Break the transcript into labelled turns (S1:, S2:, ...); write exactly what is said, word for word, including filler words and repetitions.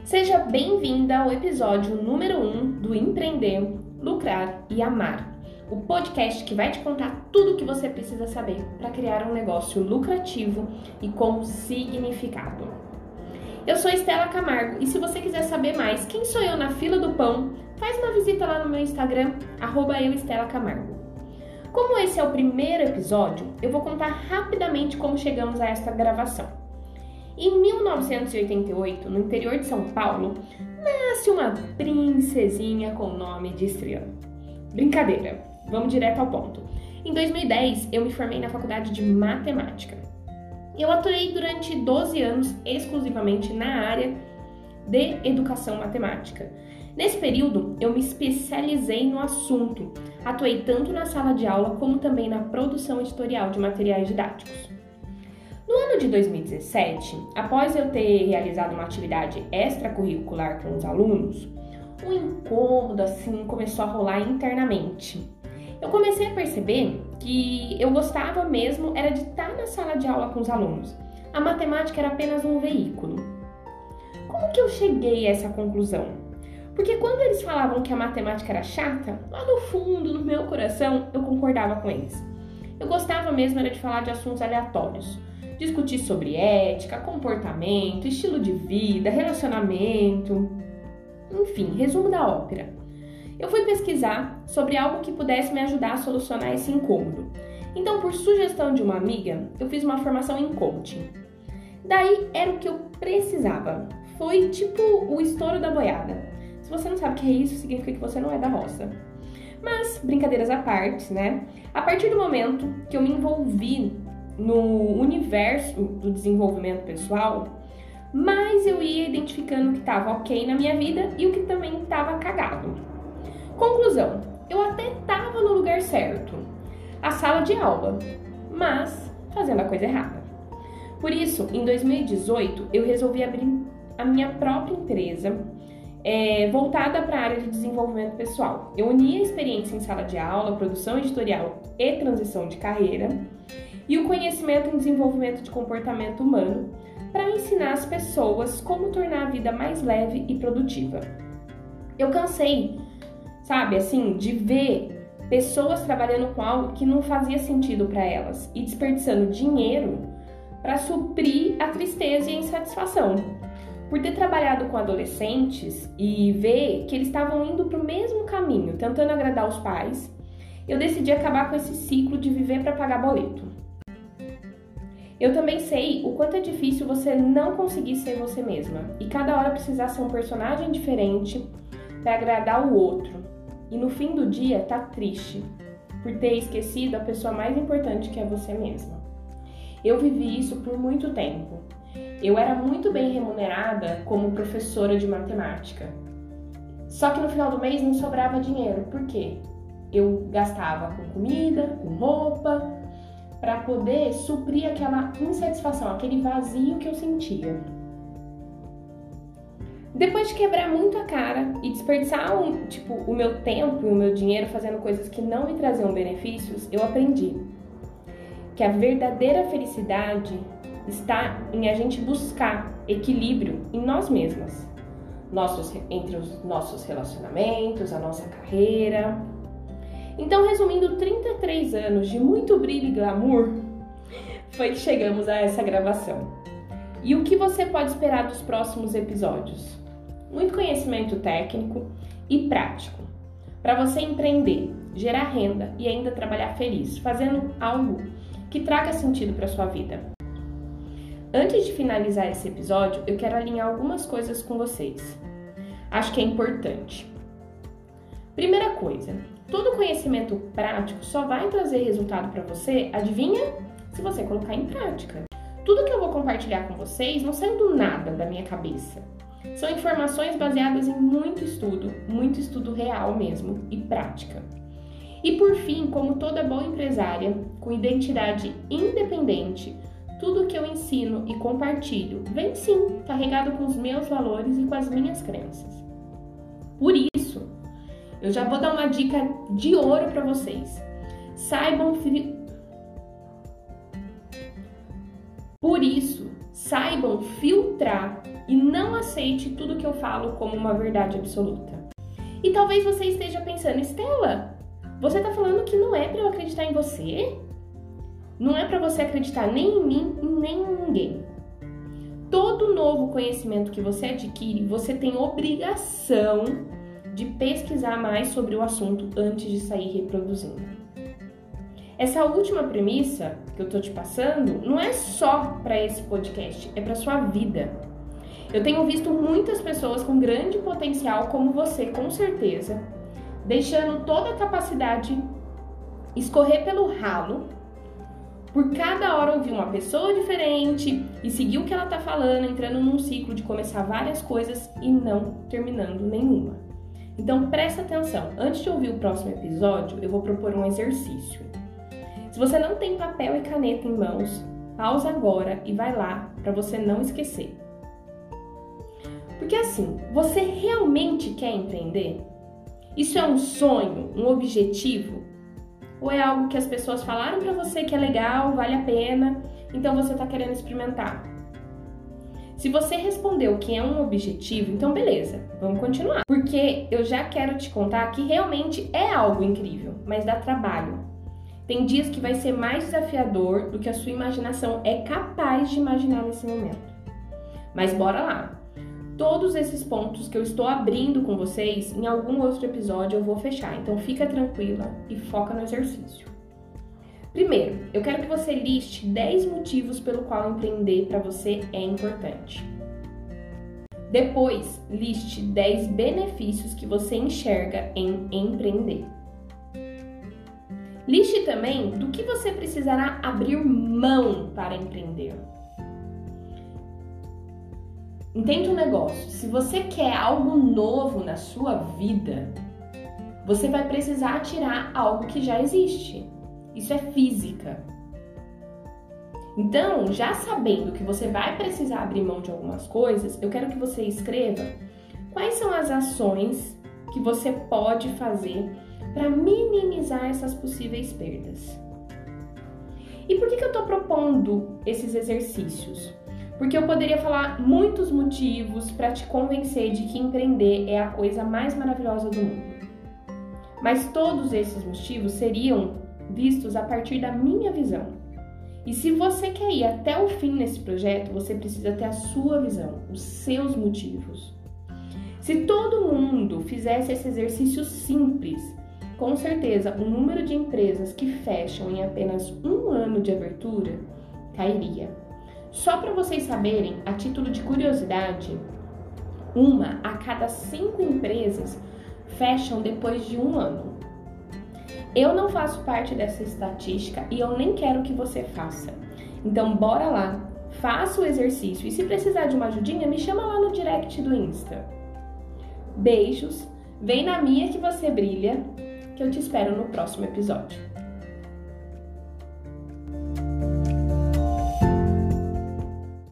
S1: Seja bem-vinda ao episódio número um do Empreender, Lucrar e Amar, o podcast que vai te contar tudo o que você precisa saber para criar um negócio lucrativo e com significado. Eu sou Estela Camargo e se você quiser saber mais quem sou eu na fila do pão, faz uma visita lá no meu Instagram, arroba eu Estela Camargo. Como esse é o primeiro episódio, eu vou contar rapidamente como chegamos a esta gravação. Em mil novecentos e oitenta e oito, no interior de São Paulo, nasce uma princesinha com o nome de Estrela. Brincadeira, vamos direto ao ponto. Em dois mil e dez, eu me formei na faculdade de matemática. Eu atuei durante doze anos exclusivamente na área de educação matemática. Nesse período, eu me especializei no assunto. Atuei tanto na sala de aula como também na produção editorial de materiais didáticos. No ano de dois mil e dezessete, após eu ter realizado uma atividade extracurricular com os alunos, um incômodo assim começou a rolar internamente. Eu comecei a perceber que eu gostava mesmo era de estar na sala de aula com os alunos. A matemática era apenas um veículo. Como que eu cheguei a essa conclusão? Porque quando eles falavam que a matemática era chata, lá no fundo, no meu coração, eu concordava com eles. Eu gostava mesmo era de falar de assuntos aleatórios. Discutir sobre ética, comportamento, estilo de vida, relacionamento, enfim, resumo da ópera. Eu fui pesquisar sobre algo que pudesse me ajudar a solucionar esse incômodo. Então, por sugestão de uma amiga, eu fiz uma formação em coaching. Daí era o que eu precisava. Foi tipo o estouro da boiada. Se você não sabe o que é isso, significa que você não é da roça. Mas, brincadeiras à parte, né? A partir do momento que eu me envolvi no universo do desenvolvimento pessoal, mais eu ia identificando o que estava ok na minha vida e o que também estava cagado. Conclusão, eu até estava no lugar certo, a sala de aula, mas fazendo a coisa errada. Por isso, em dois mil e dezoito, eu resolvi abrir a minha própria empresa é, voltada para a área de desenvolvimento pessoal. Eu uni a experiência em sala de aula, produção editorial e transição de carreira, e o conhecimento em desenvolvimento de comportamento humano para ensinar as pessoas como tornar a vida mais leve e produtiva. Eu cansei, sabe, assim, de ver pessoas trabalhando com algo que não fazia sentido para elas e desperdiçando dinheiro para suprir a tristeza e a insatisfação. Por ter trabalhado com adolescentes e ver que eles estavam indo para o mesmo caminho, tentando agradar os pais, eu decidi acabar com esse ciclo de viver para pagar boleto. Eu também sei o quanto é difícil você não conseguir ser você mesma e cada hora precisar ser um personagem diferente para agradar o outro. E no fim do dia tá triste por ter esquecido a pessoa mais importante que é você mesma. Eu vivi isso por muito tempo. Eu era muito bem remunerada como professora de matemática. Só que no final do mês não sobrava dinheiro. Por quê? Eu gastava com comida, com roupa, para poder suprir aquela insatisfação, aquele vazio que eu sentia. Depois de quebrar muito a cara e desperdiçar um, tipo, o meu tempo e o meu dinheiro fazendo coisas que não me traziam benefícios, eu aprendi que a verdadeira felicidade está em a gente buscar equilíbrio em nós mesmas, nossos, entre os nossos relacionamentos, a nossa carreira. Então, resumindo trinta e três anos de muito brilho e glamour, foi que chegamos a essa gravação. E o que você pode esperar dos próximos episódios? Muito conhecimento técnico e prático, para você empreender, gerar renda e ainda trabalhar feliz, fazendo algo que traga sentido para sua vida. Antes de finalizar esse episódio, eu quero alinhar algumas coisas com vocês. Acho que é importante. Primeira coisa, todo conhecimento prático só vai trazer resultado para você, adivinha? Se você colocar em prática. Tudo que eu vou compartilhar com vocês não saiu do nada da minha cabeça. São informações baseadas em muito estudo, muito estudo real mesmo e prática. E por fim, como toda boa empresária, com identidade independente, tudo que eu ensino e compartilho vem sim carregado com os meus valores e com as minhas crenças. Por isso, eu já vou dar uma dica de ouro para vocês. Saibam fri... Por isso, saibam filtrar e não aceite tudo que eu falo como uma verdade absoluta. E talvez você esteja pensando, Estela, você tá falando que não é para eu acreditar em você? Não é para você acreditar nem em mim, nem em ninguém. Todo novo conhecimento que você adquire, você tem obrigação de pesquisar mais sobre o assunto antes de sair reproduzindo. Essa última premissa que eu tô te passando não é só para esse podcast, é para sua vida. Eu tenho visto muitas pessoas com grande potencial, como você, com certeza, deixando toda a capacidade escorrer pelo ralo, por cada hora ouvir uma pessoa diferente e seguir o que ela tá falando, entrando num ciclo de começar várias coisas e não terminando nenhuma. Então presta atenção, antes de ouvir o próximo episódio, eu vou propor um exercício. Se você não tem papel e caneta em mãos, pausa agora e vai lá para você não esquecer. Porque assim, você realmente quer empreender? Isso é um sonho, um objetivo? Ou é algo que as pessoas falaram para você que é legal, vale a pena, então você está querendo experimentar? Se você respondeu que é um objetivo, então beleza, vamos continuar. Porque eu já quero te contar que realmente é algo incrível, mas dá trabalho. Tem dias que vai ser mais desafiador do que a sua imaginação é capaz de imaginar nesse momento. Mas bora lá! Todos esses pontos que eu estou abrindo com vocês, em algum outro episódio eu vou fechar, então fica tranquila e foca no exercício. Primeiro, eu quero que você liste dez motivos pelo qual empreender para você é importante. Depois, liste dez benefícios que você enxerga em empreender. Liste também do que você precisará abrir mão para empreender. Entende um negócio? Se você quer algo novo na sua vida, você vai precisar tirar algo que já existe. Isso é física. Então, já sabendo que você vai precisar abrir mão de algumas coisas, eu quero que você escreva quais são as ações que você pode fazer para minimizar essas possíveis perdas. E por que que eu estou propondo esses exercícios? Porque eu poderia falar muitos motivos para te convencer de que empreender é a coisa mais maravilhosa do mundo. Mas todos esses motivos seriam vistos a partir da minha visão. E se você quer ir até o fim nesse projeto, você precisa ter a sua visão, os seus motivos. Se todo mundo fizesse esse exercício simples, com certeza, o número de empresas que fecham em apenas um ano de abertura cairia. Só para vocês saberem, a título de curiosidade, uma a cada cinco empresas fecham depois de um ano. Eu não faço parte dessa estatística e eu nem quero que você faça. Então, bora lá, faça o exercício e se precisar de uma ajudinha, me chama lá no direct do Insta. Beijos, vem na minha que você brilha, que eu te espero no próximo episódio.